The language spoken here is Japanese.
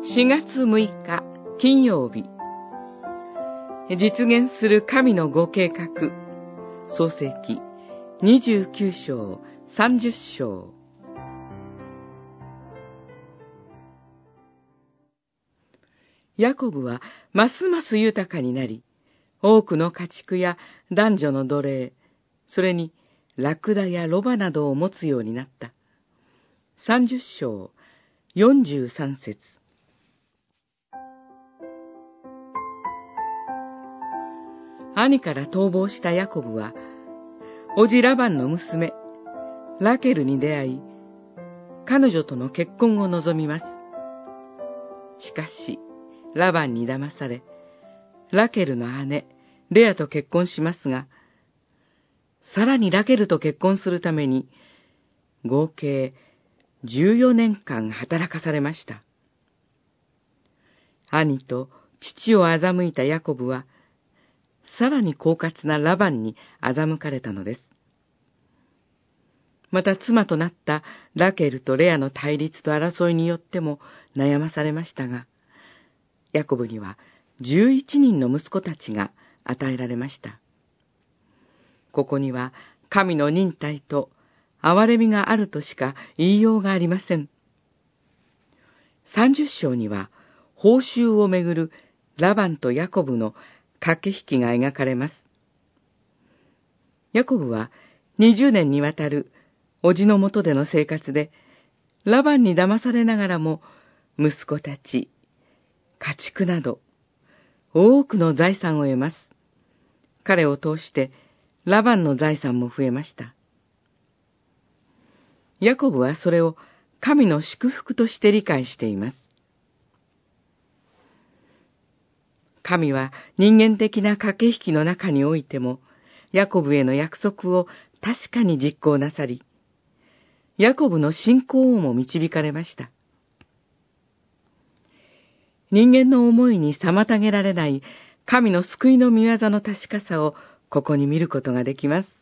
4月6日金曜日、実現する神のご計画、創世記29章30章。ヤコブはますます豊かになり、多くの家畜や男女の奴隷、それにラクダやロバなどを持つようになった。30章43節。兄から逃亡したヤコブは、叔父ラバンの娘、ラケルに出会い、彼女との結婚を望みます。しかし、ラバンに騙され、ラケルの姉、レアと結婚しますが、さらにラケルと結婚するために、合計14年間働かされました。兄と父を欺いたヤコブは、さらに狡猾なラバンに欺かれたのです。また妻となったラケルとレアの対立と争いによっても悩まされましたが、ヤコブには11人の息子たちが与えられました。ここには神の忍耐と憐れみがあるとしか言いようがありません。30章には報酬をめぐるラバンとヤコブの駆け引きが描かれます。ヤコブは20年にわたる叔父のもとでの生活で、ラバンに騙されながらも息子たち、家畜など多くの財産を得ます。彼を通してラバンの財産も増えました。ヤコブはそれを神の祝福として理解しています。神は人間的な駆け引きの中においても、ヤコブへの約束を確かに実行なさり、ヤコブの信仰をも導かれました。人間の思いに妨げられない神の救いの御業の確かさをここに見ることができます。